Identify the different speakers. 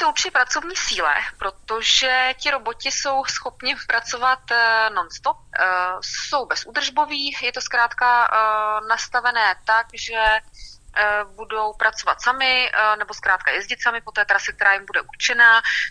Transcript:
Speaker 1: určitě pracovní síle, protože ti roboti jsou schopni pracovat non-stop, jsou bezúdržboví, je to zkrátka nastavené tak, že budou pracovat sami nebo zkrátka jezdit sami po té trase, která jim bude určená.